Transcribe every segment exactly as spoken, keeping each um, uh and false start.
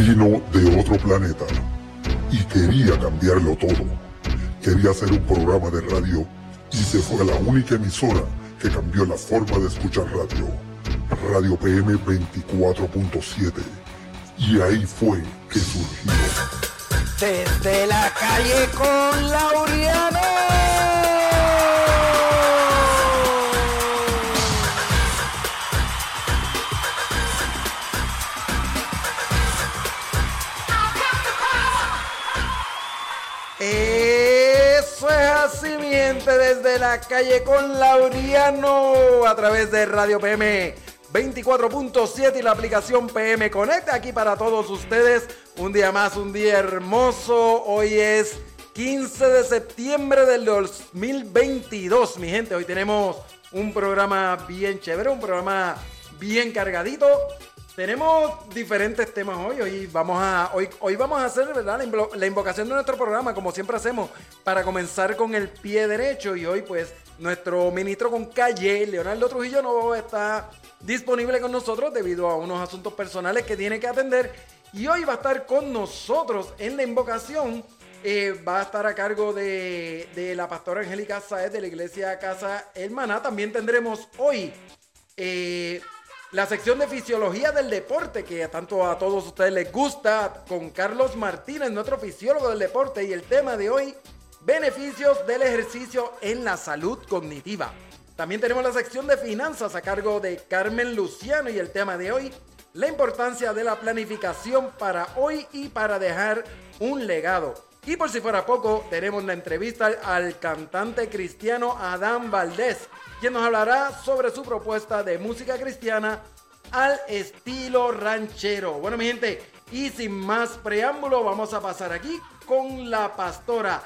vino de otro planeta y quería cambiarlo todo. Quería hacer un programa de radio y se fue a la única emisora que cambió la forma de escuchar radio, Radio P M veinticuatro punto siete. Y ahí fue que surgió. Desde la calle con Laureano. Eso es así, mi gente, desde la calle con Laureano, a través de Radio P M veinticuatro punto siete y la aplicación P M Connect, aquí para todos ustedes, un día más, un día hermoso. Hoy es quince de septiembre del dos mil veintidós, mi gente. Hoy tenemos un programa bien chévere, un programa bien cargadito. Tenemos diferentes temas hoy. Hoy vamos a, hoy, hoy vamos a hacer, ¿verdad?, la, invo- la invocación de nuestro programa, como siempre hacemos, para comenzar con el pie derecho. Y hoy, pues, nuestro ministro con calle, Leonardo Trujillo, no está disponible con nosotros debido a unos asuntos personales que tiene que atender. Y hoy va a estar con nosotros en la invocación. Eh, va a estar a cargo de, de la pastora Angélica Sáez de la iglesia Casa El Maná. También tendremos hoy Eh, la sección de fisiología del deporte, que tanto a todos ustedes les gusta, con Carlos Martínez, nuestro fisiólogo del deporte, y el tema de hoy, beneficios del ejercicio en la salud cognitiva. También tenemos la sección de finanzas a cargo de Carmen Luciano, y el tema de hoy, la importancia de la planificación para hoy y para dejar un legado. Y por si fuera poco, tenemos la entrevista al, al cantante cristiano Adán Valdés, quien nos hablará sobre su propuesta de música cristiana al estilo ranchero. Bueno, mi gente, y sin más preámbulo, vamos a pasar aquí con la pastora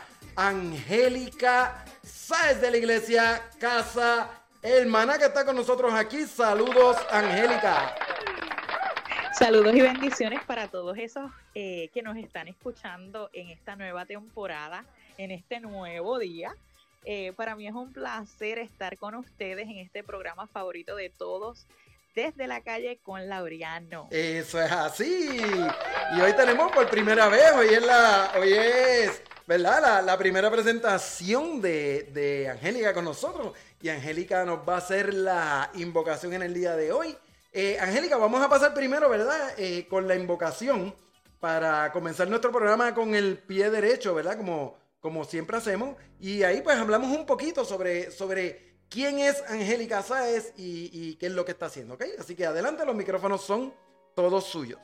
Angélica Sáez de la iglesia Casa El Maná, que está con nosotros aquí. Saludos, Angélica. Saludos y bendiciones para todos esos eh, que nos están escuchando en esta nueva temporada, en este nuevo día. Eh, para mí es un placer estar con ustedes en este programa favorito de todos, Desde la Calle con Laureano. Eso es así. Y hoy tenemos por primera vez, hoy es la, hoy es, ¿verdad?, la, la primera presentación de, de Angélica con nosotros. Y Angélica nos va a hacer la invocación en el día de hoy. Eh, Angélica, vamos a pasar primero, ¿verdad?, eh, con la invocación para comenzar nuestro programa con el pie derecho, ¿verdad?, como, como siempre hacemos. Y ahí pues hablamos un poquito sobre, sobre quién es Angélica Sáez y, y qué es lo que está haciendo, ¿ok? Así que adelante, los micrófonos son todos suyos.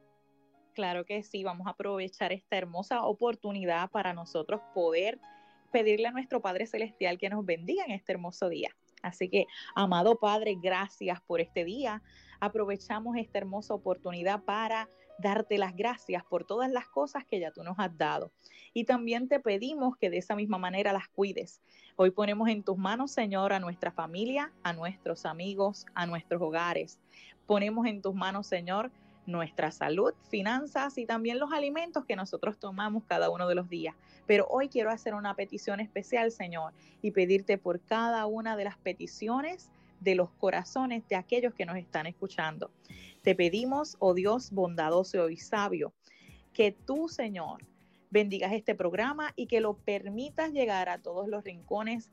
Claro que sí, vamos a aprovechar esta hermosa oportunidad para nosotros poder pedirle a nuestro Padre Celestial que nos bendiga en este hermoso día. Así que, amado Padre, gracias por este día. Aprovechamos esta hermosa oportunidad para darte las gracias por todas las cosas que ya tú nos has dado. Y también te pedimos que de esa misma manera las cuides. Hoy ponemos en tus manos, Señor, a nuestra familia, a nuestros amigos, a nuestros hogares. Ponemos en tus manos, Señor, nuestra salud, finanzas y también los alimentos que nosotros tomamos cada uno de los días. Pero hoy quiero hacer una petición especial, Señor, y pedirte por cada una de las peticiones de los corazones de aquellos que nos están escuchando. Te pedimos, oh Dios bondadoso y sabio, que tú, Señor, bendigas este programa y que lo permitas llegar a todos los rincones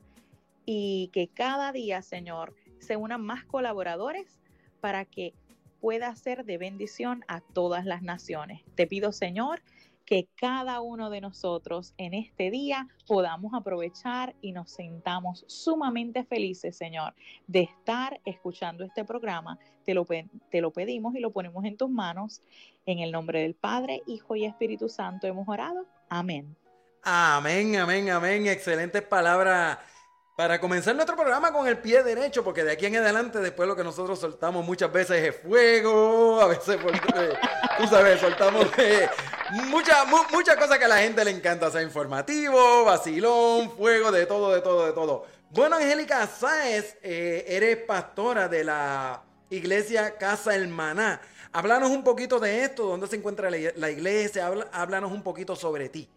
y que cada día, Señor, se unan más colaboradores para que pueda ser de bendición a todas las naciones. Te pido, Señor, que cada uno de nosotros en este día podamos aprovechar y nos sintamos sumamente felices, Señor, de estar escuchando este programa. Te lo, te lo pedimos y lo ponemos en tus manos. En el nombre del Padre, Hijo y Espíritu Santo hemos orado. Amén. Amén, amén, amén. Excelentes palabras para comenzar nuestro programa con el pie derecho, porque de aquí en adelante después lo que nosotros soltamos muchas veces es fuego, a veces, eh, tú sabes, soltamos eh, muchas mu mucha cosas que a la gente le encanta, sea informativo, vacilón, fuego, de todo, de todo, de todo. Bueno, Angélica Sáez, eh, eres pastora de la iglesia Casa El Maná. Háblanos un poquito de esto, dónde se encuentra la, la iglesia, Habla, háblanos un poquito sobre ti.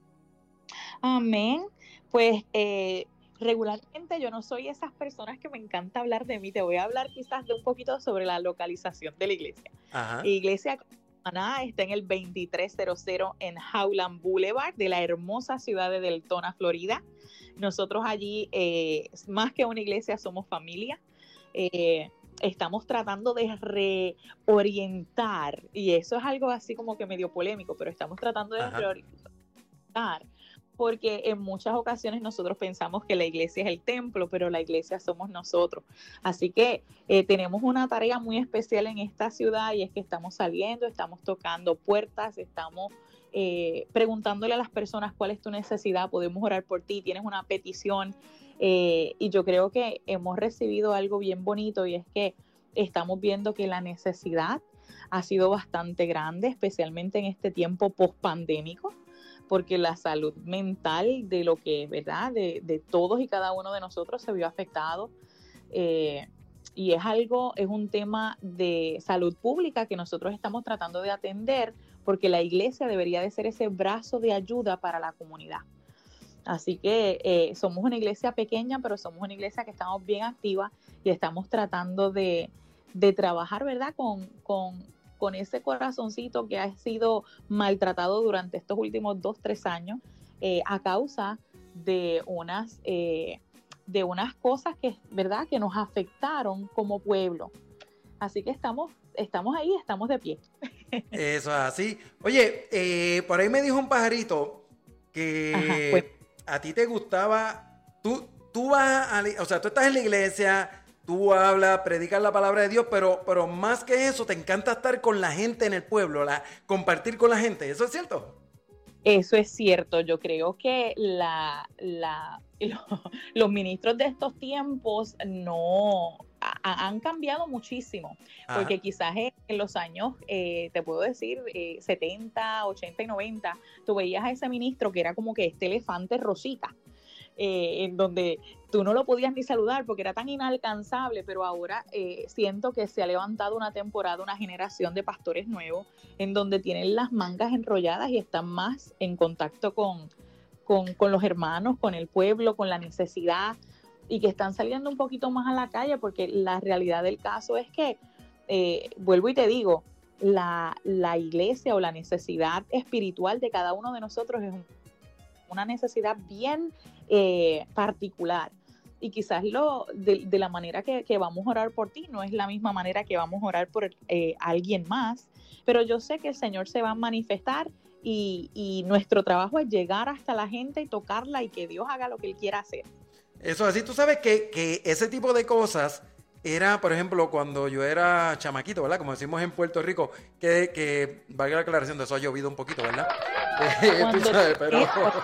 Amén. Pues, eh, regularmente yo no soy esas personas que me encanta hablar de mí. Te voy a hablar quizás de un poquito sobre la localización de la iglesia. Ajá. Iglesia Samaná está en el veintitrés cero cero en Howland Boulevard de la hermosa ciudad de Deltona, Florida. Nosotros allí, eh, más que una iglesia, somos familia. Eh, estamos tratando de reorientar, y eso es algo así como que medio polémico, pero estamos tratando de Ajá. reorientar, porque en muchas ocasiones nosotros pensamos que la iglesia es el templo, pero la iglesia somos nosotros. Así que eh, tenemos una tarea muy especial en esta ciudad, y es que estamos saliendo, estamos tocando puertas, estamos eh, preguntándole a las personas cuál es tu necesidad, podemos orar por ti, tienes una petición. Eh, y yo creo que hemos recibido algo bien bonito, y es que estamos viendo que la necesidad ha sido bastante grande, especialmente en este tiempo post-pandémico, porque la salud mental de lo que, ¿verdad?, de, de todos y cada uno de nosotros se vio afectado. Eh, y es algo, es un tema de salud pública que nosotros estamos tratando de atender, porque la iglesia debería de ser ese brazo de ayuda para la comunidad. Así que eh, somos una iglesia pequeña, pero somos una iglesia que estamos bien activa, y estamos tratando de, de trabajar, ¿verdad?, con, con, con ese corazoncito que ha sido maltratado durante estos últimos dos, tres años eh, a causa de unas, eh, de unas cosas que, ¿verdad?, que nos afectaron como pueblo. Así que estamos, estamos ahí, estamos de pie. Eso es así. Oye, eh, por ahí me dijo un pajarito que... Ajá, pues. A ti te gustaba, tú, tú vas a, o sea, tú estás en la iglesia, tú hablas, predicas la palabra de Dios, pero, pero más que eso, te encanta estar con la gente en el pueblo, la, compartir con la gente. ¿Eso es cierto? Eso es cierto. Yo creo que la, la, lo, los ministros de estos tiempos no a, han cambiado muchísimo. Ajá. Porque quizás en los años, eh, te puedo decir, eh, setenta, ochenta y noventa, tú veías a ese ministro que era como que este elefante rosita, eh, en donde tú no lo podías ni saludar porque era tan inalcanzable, pero ahora eh, siento que se ha levantado una temporada, una generación de pastores nuevos, en donde tienen las mangas enrolladas y están más en contacto con, con, con los hermanos, con el pueblo, con la necesidad, y que están saliendo un poquito más a la calle, porque la realidad del caso es que, eh, vuelvo y te digo, la, la iglesia o la necesidad espiritual de cada uno de nosotros es un, una necesidad bien eh, particular. Y quizás lo, de, de la manera que, que vamos a orar por ti no es la misma manera que vamos a orar por eh, alguien más, pero yo sé que el Señor se va a manifestar, y, y nuestro trabajo es llegar hasta la gente y tocarla, y que Dios haga lo que Él quiera hacer. Eso así, tú sabes que, que ese tipo de cosas era, por ejemplo, cuando yo era chamaquito, ¿verdad? Como decimos en Puerto Rico, que, que valga la aclaración, de eso ha llovido un poquito, ¿verdad? Tú sabes, pero,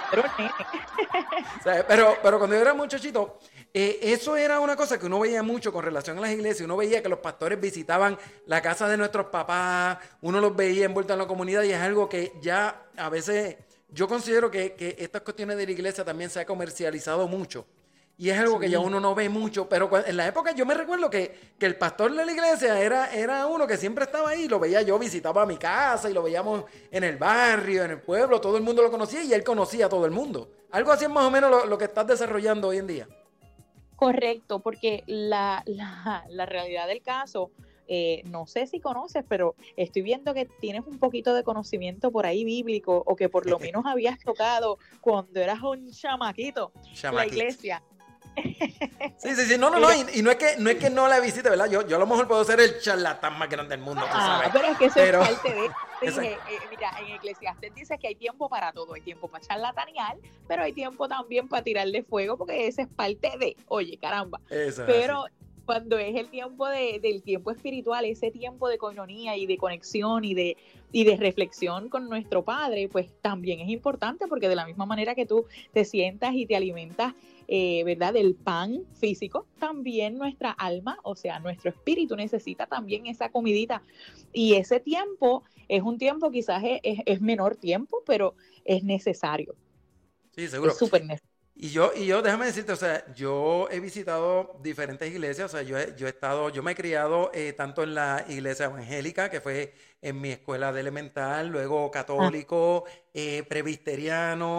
¿sabes? pero, pero cuando yo era muchachito, eh, eso era una cosa que uno veía mucho con relación a las iglesias. Uno veía que los pastores visitaban la casa de nuestros papás, uno los veía envueltos en la comunidad, y es algo que ya a veces yo considero que, que estas cuestiones de la iglesia también se ha comercializado mucho. Y es algo sí. que ya uno no ve mucho, pero en la época yo me recuerdo que, que el pastor de la iglesia era, era uno que siempre estaba ahí, lo veía yo, visitaba mi casa y lo veíamos en el barrio, en el pueblo, todo el mundo lo conocía y él conocía a todo el mundo. Algo así es más o menos lo, lo que estás desarrollando hoy en día. Correcto, porque la, la, la realidad del caso, eh, no sé si conoces, pero estoy viendo que tienes un poquito de conocimiento por ahí bíblico, o que por lo menos habías tocado cuando eras un chamaquito, chamaquito. La iglesia. Sí, sí, sí, no, no, no, y, y no es que no es que no la visite, ¿verdad? Yo, yo a lo mejor puedo ser el charlatán más grande del mundo, tú sabes. Ah, pero es que eso pero... es parte de... Dije, eh, mira, en Eclesiastes dice que hay tiempo para todo, hay tiempo para charlatanear, pero hay tiempo también para tirarle fuego, porque ese es parte de, oye, caramba. Eso pero es cuando es el tiempo de, del tiempo espiritual, ese tiempo de coinonía y de conexión y de, y de reflexión con nuestro Padre, pues también es importante, porque de la misma manera que tú te sientas y te alimentas, Eh, ¿verdad?, del pan físico, también nuestra alma, o sea, nuestro espíritu necesita también esa comidita, y ese tiempo es un tiempo, quizás es, es, es menor tiempo, pero es necesario. Sí, seguro. Es súper necesario. Y yo, y yo, déjame decirte, o sea, yo he visitado diferentes iglesias, o sea, yo he, yo he estado, yo me he criado eh, tanto en la iglesia evangélica, que fue en mi escuela de elemental, luego católico, ah. eh, presbiteriano,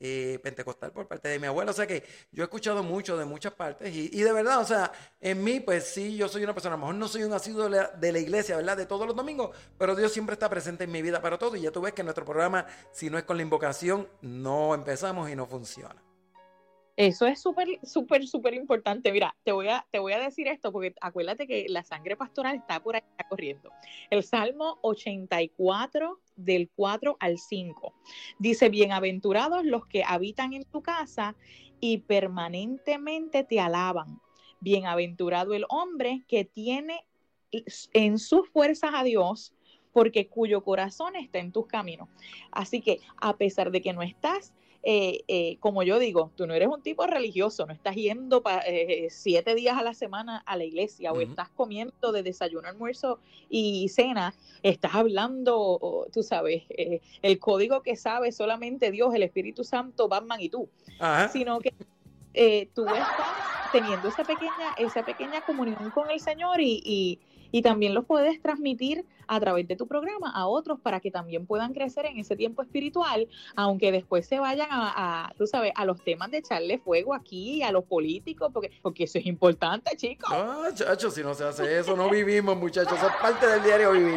eh, pentecostal por parte de mi abuela. O sea que yo he escuchado mucho de muchas partes y, y de verdad, o sea, en mí, pues sí, yo soy una persona, a lo mejor no soy un asiduo de la, de la iglesia, ¿verdad? De todos los domingos, pero Dios siempre está presente en mi vida para todo. Y ya tú ves que nuestro programa, si no es con la invocación, no empezamos y no funciona. Eso es súper, súper, súper importante. Mira, te voy a, te voy a decir esto porque acuérdate que la sangre pastoral está por ahí, está corriendo. El Salmo ochenta y cuatro, del cuatro al cinco, dice: bienaventurados los que habitan en tu casa y permanentemente te alaban. Bienaventurado el hombre que tiene en sus fuerzas a Dios, porque cuyo corazón está en tus caminos. Así que a pesar de que no estás Eh, eh, como yo digo, tú no eres un tipo religioso, no estás yendo pa, eh, siete días a la semana a la iglesia, uh-huh. o estás comiendo de desayuno, almuerzo y cena, estás hablando, o, tú sabes, eh, el código que sabe solamente Dios, el Espíritu Santo, Batman y tú, uh-huh. sino que eh, tú estás teniendo esa pequeña, esa pequeña comunión con el Señor y, y Y también los puedes transmitir a través de tu programa a otros para que también puedan crecer en ese tiempo espiritual, aunque después se vayan a, a tú sabes, a los temas de echarle fuego aquí, a los políticos, porque, porque eso es importante, chicos. Ah, chacho, si no se hace eso, no vivimos, muchachos, eso es parte del diario vivir.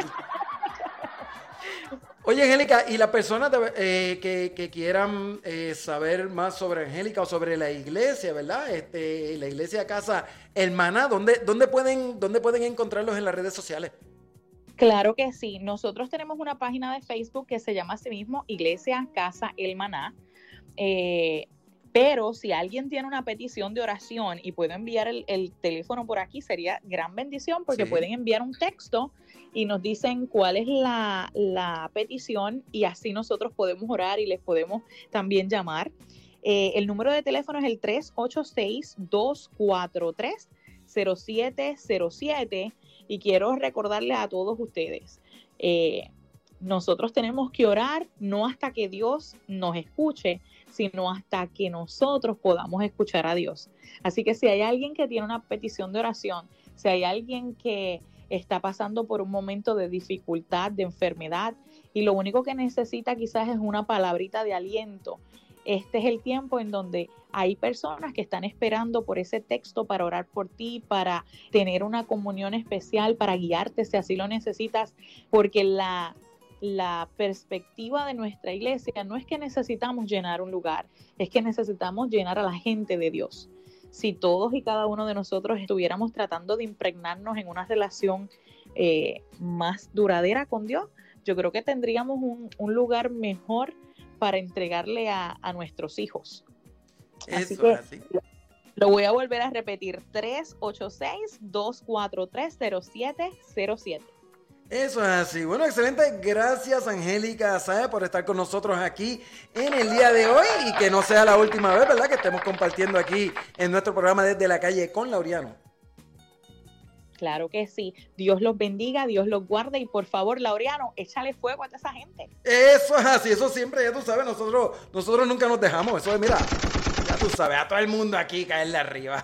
Oye, Angélica, y las personas de, eh, que, que quieran eh, saber más sobre Angélica o sobre la iglesia, ¿verdad? Este, la iglesia Casa El Maná, ¿dónde, dónde, pueden, ¿dónde pueden encontrarlos en las redes sociales? Claro que sí. Nosotros tenemos una página de Facebook que se llama así mismo Iglesia Casa El Maná. Eh, pero si alguien tiene una petición de oración y puede enviar el, el teléfono por aquí, sería gran bendición porque sí. Pueden enviar un texto y nos dicen cuál es la, la petición y así nosotros podemos orar y les podemos también llamar. Eh, el número de teléfono es el tres ocho seis, dos cuatro tres, cero siete cero siete y quiero recordarle a todos ustedes, eh, nosotros tenemos que orar no hasta que Dios nos escuche, sino hasta que nosotros podamos escuchar a Dios. Así que si hay alguien que tiene una petición de oración, si hay alguien que está pasando por un momento de dificultad, de enfermedad, y lo único que necesita quizás es una palabrita de aliento, este es el tiempo en donde hay personas que están esperando por ese texto para orar por ti, para tener una comunión especial, para guiarte si así lo necesitas, porque la, la perspectiva de nuestra iglesia no es que necesitamos llenar un lugar, es que necesitamos llenar a la gente de Dios. Si todos y cada uno de nosotros estuviéramos tratando de impregnarnos en una relación eh, más duradera con Dios, yo creo que tendríamos un, un lugar mejor para entregarle a, a nuestros hijos. Eso así que, es así. Lo voy a volver a repetir, tres ocho seis, dos cuatro tres, cero siete cero siete. Eso es así. Bueno, excelente. Gracias, Angélica Sáez, por estar con nosotros aquí en el día de hoy y que no sea la última vez, ¿verdad?, que estemos compartiendo aquí en nuestro programa Desde la Calle con Laureano. Claro que sí. Dios los bendiga, Dios los guarde y por favor, Laureano, échale fuego a toda esa gente. Eso es así, eso siempre, ya tú sabes, nosotros, nosotros nunca nos dejamos. Eso es, mira, ya tú sabes, a todo el mundo aquí caerle arriba.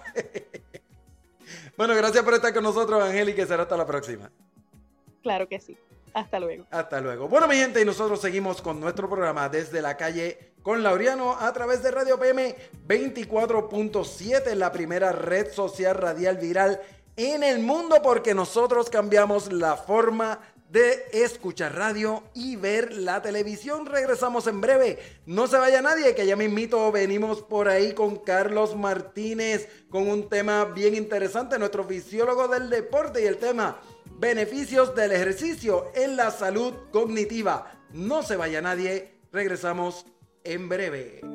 Bueno, gracias por estar con nosotros, Angélica, y será hasta la próxima. Claro que sí. Hasta luego. Hasta luego. Bueno, mi gente, y nosotros seguimos con nuestro programa Desde la Calle con Laureano a través de Radio P M veinticuatro punto siete, la primera red social radial viral en el mundo, porque nosotros cambiamos la forma de escuchar radio y ver la televisión. Regresamos en breve. No se vaya nadie, que ya mismito venimos por ahí con Carlos Martínez con un tema bien interesante, nuestro fisiólogo del deporte, y el tema beneficios del ejercicio en la salud cognitiva. No se vaya nadie, regresamos en breve.